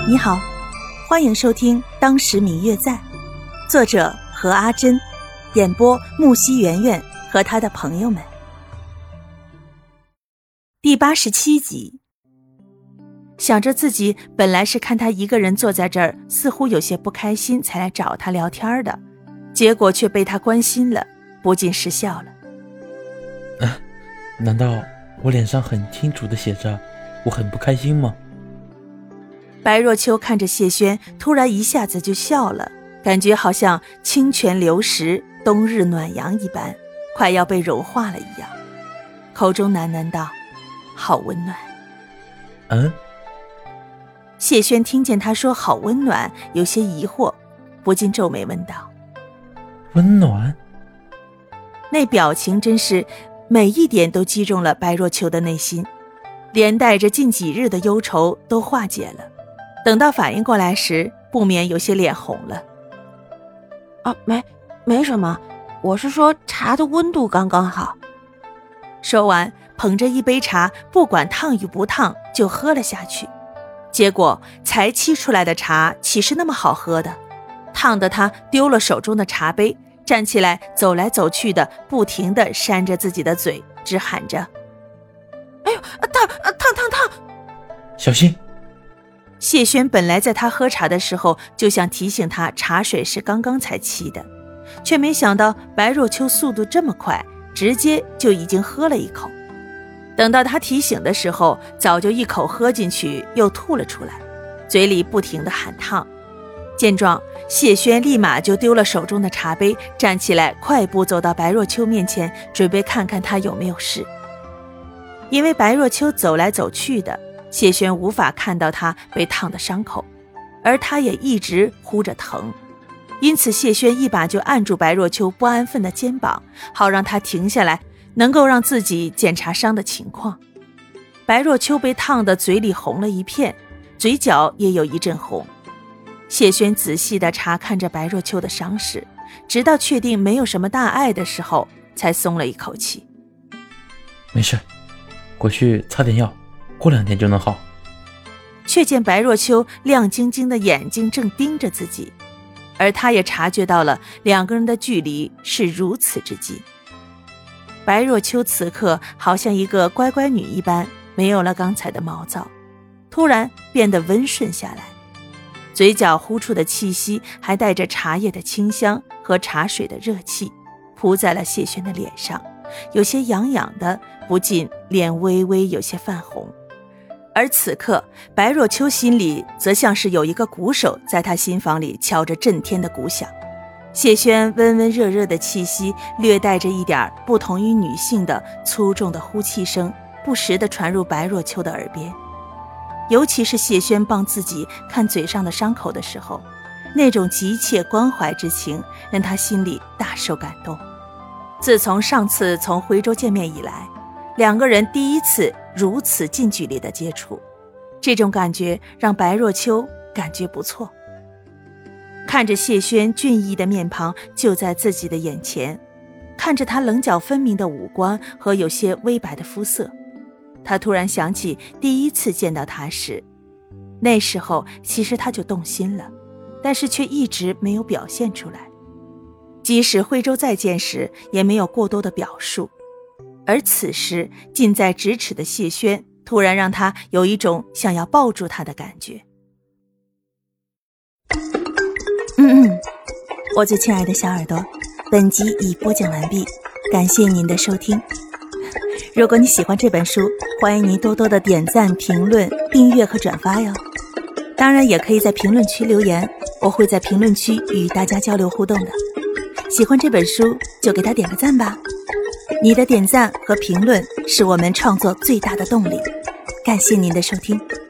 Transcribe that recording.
你好，欢迎收听《当时明月在》，作者何阿珍，演播木西圆圆和他的朋友们。第87集。想着自己本来是看他一个人坐在这儿，似乎有些不开心才来找他聊天的，结果却被他关心了，不禁失笑了。 难道我脸上很清楚地写着我很不开心吗？ 白若秋看着谢轩，突然一下子就笑了，感觉好像清泉流石，冬日暖阳一般，快要被融化了一样，口中喃喃道：好温暖。谢轩听见他说好温暖，有些疑惑，不禁皱眉问道： 温暖？ 那表情真是每一点都击中了白若秋的内心，连带着近几日的忧愁都化解了。等到反应过来时，不免有些脸红了。 没什么，我是说茶的温度刚刚好。 说完，捧着一杯茶，不管烫与不烫就喝了下去。结果才沏出来的茶岂是那么好喝的，烫得他丢了手中的茶杯，站起来走来走去的，不停地扇着自己的嘴，直喊着：哎呦，烫！ 小心！ 谢轩本来在他喝茶的时候就想提醒他茶水是刚刚才沏的，却没想到白若秋速度这么快，直接就已经喝了一口。等到他提醒的时候，早就一口喝进去又吐了出来，嘴里不停地喊烫。见状，谢轩立马就丢了手中的茶杯，站起来快步走到白若秋面前，准备看看他有没有事。因为白若秋走来走去的，谢轩无法看到他被烫的伤口，而他也一直呼着疼，因此谢轩一把就按住白若秋不安分的肩膀，好让他停下来，能够让自己检查伤的情况。白若秋被烫得嘴里红了一片，嘴角也有一阵红。谢轩仔细地查看着白若秋的伤势，直到确定没有什么大碍的时候，才松了一口气。 没事，过去擦点药，过2天就能好。 却见白若秋亮晶晶的眼睛正盯着自己，而他也察觉到了两个人的距离是如此之近。白若秋此刻好像一个乖乖女一般，没有了刚才的毛躁，突然变得温顺下来，嘴角呼出的气息还带着茶叶的清香和茶水的热气，扑在了谢轩的脸上，有些痒痒的，不禁脸微微有些泛红。而此刻白若秋心里则像是有一个鼓手在他心房里敲着震天的鼓响。谢轩温温热热的气息，略带着一点不同于女性的粗重的呼气声，不时地传入白若秋的耳边。尤其是谢轩帮自己看嘴上的伤口的时候，那种急切关怀之情让他心里大受感动。自从上次从徽州见面以来，两个人第一次如此近距离的接触，这种感觉让白若秋感觉不错。看着谢轩俊逸的面庞就在自己的眼前，看着他棱角分明的五官和有些微白的肤色，他突然想起第一次见到他时，那时候其实他就动心了，但是却一直没有表现出来。即使徽州再见时也没有过多的表述，而此时近在咫尺的谢轩突然让他有一种想要抱住他的感觉。我最亲爱的小耳朵，本集已播讲完毕，感谢您的收听。如果你喜欢这本书，欢迎您多多的点赞、评论、订阅和转发哟。当然也可以在评论区留言，我会在评论区与大家交流互动的。喜欢这本书就给它点个赞吧，你的点赞和评论是我们创作最大的动力。感谢您的收听。